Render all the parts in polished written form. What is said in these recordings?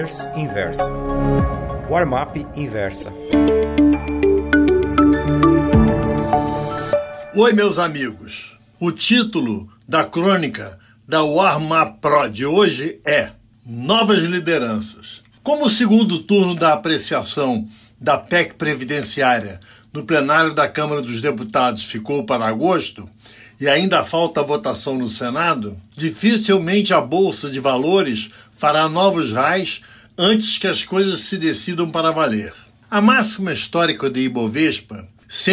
Newsletters Inversa. Warm-up Inversa. Oi, meus amigos. O título da crônica da Warm-up Pro de hoje é Novas Lideranças. Como o segundo turno da apreciação da PEC previdenciária no plenário da Câmara dos Deputados ficou para agosto e ainda falta a votação no Senado, dificilmente a Bolsa de Valores fará novos highs antes que as coisas se decidam para valer. A máxima histórica de Ibovespa,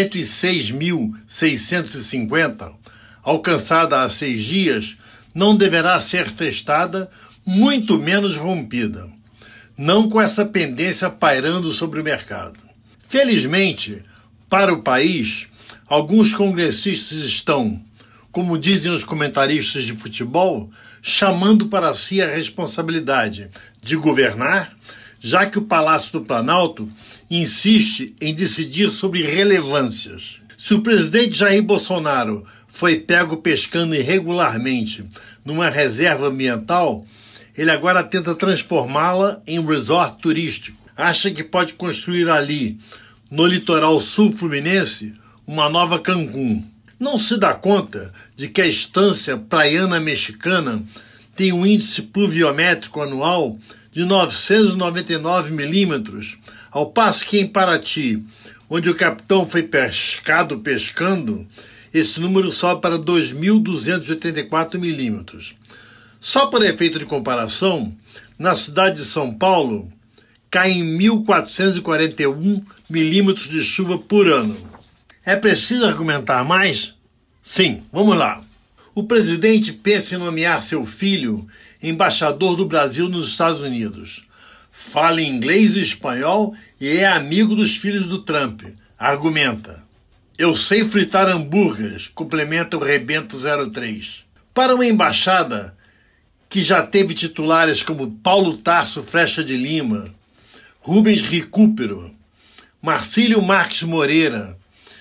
106.650, alcançada há 6 dias, não deverá ser testada, muito menos rompida. Não com essa pendência pairando sobre o mercado. Felizmente, para o país, alguns congressistas estão, como dizem os comentaristas de futebol, chamando para si a responsabilidade de governar, já que o Palácio do Planalto insiste em decidir sobre relevâncias. Se o presidente Jair Bolsonaro foi pego pescando irregularmente numa reserva ambiental, ele agora tenta transformá-la em um resort turístico. Acha que pode construir ali, no litoral sul fluminense, uma nova Cancún. Não se dá conta de que a estância praiana mexicana tem um índice pluviométrico anual de 999 milímetros, ao passo que em Paraty, onde o capitão foi pescando, esse número sobe para 2.284 milímetros. Só para efeito de comparação, na cidade de São Paulo, caem 1.441 milímetros de chuva por ano. É preciso argumentar mais? Sim, vamos lá. O presidente pensa em nomear seu filho embaixador do Brasil nos Estados Unidos. Fala inglês e espanhol e é amigo dos filhos do Trump. Argumenta. Eu sei fritar hambúrgueres, complementa o Rebento 03. Para uma embaixada que já teve titulares como Paulo Tarso Frecha de Lima, Rubens Recupero, Marcílio Marques Moreira,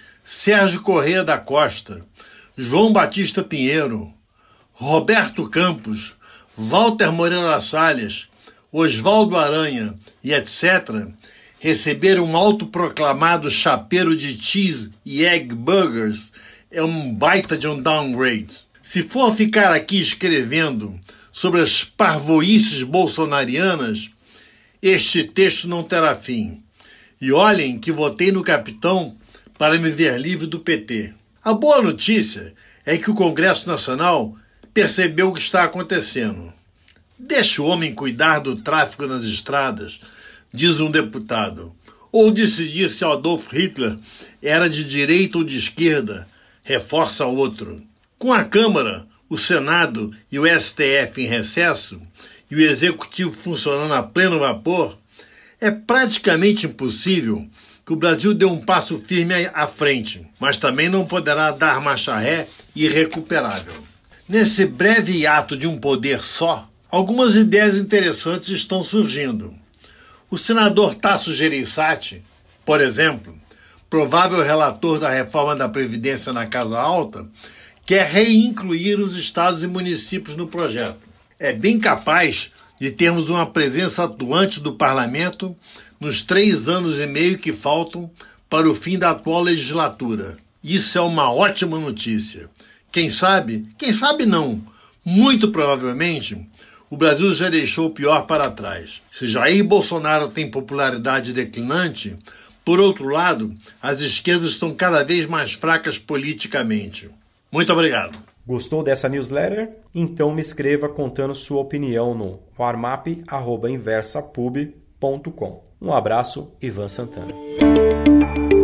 Sérgio Corrêa da Costa, João Batista Pinheiro, Roberto Campos, Walter Moreira Salles, Oswaldo Aranha e etc., receberam um autoproclamado chapeiro de cheese e egg burgers é um baita de um downgrade. Se for ficar aqui escrevendo sobre as parvoíces bolsonarianas, este texto não terá fim. E olhem que votei no capitão para me ver livre do PT. A boa notícia é que o Congresso Nacional percebeu o que está acontecendo. Deixa o homem cuidar do tráfico nas estradas, diz um deputado, ou decidir se Adolf Hitler era de direita ou de esquerda, reforça outro. Com a Câmara, o Senado e o STF em recesso e o Executivo funcionando a pleno vapor, é praticamente impossível que o Brasil dê um passo firme à frente, mas também não poderá dar marcha ré irrecuperável. Nesse breve hiato de um poder só, algumas ideias interessantes estão surgindo. O senador Tasso Gereissati, por exemplo, provável relator da reforma da Previdência na Casa Alta, quer reincluir os estados e municípios no projeto. É bem capaz de termos uma presença atuante do parlamento nos 3 anos e meio que faltam para o fim da atual legislatura. Isso é uma ótima notícia. Quem sabe não, muito provavelmente, o Brasil já deixou o pior para trás. Se Jair Bolsonaro tem popularidade declinante, por outro lado, as esquerdas estão cada vez mais fracas politicamente. Muito obrigado. Gostou dessa newsletter? Então me escreva contando sua opinião no warmap@inversapub.com. Um abraço, Ivan Santana.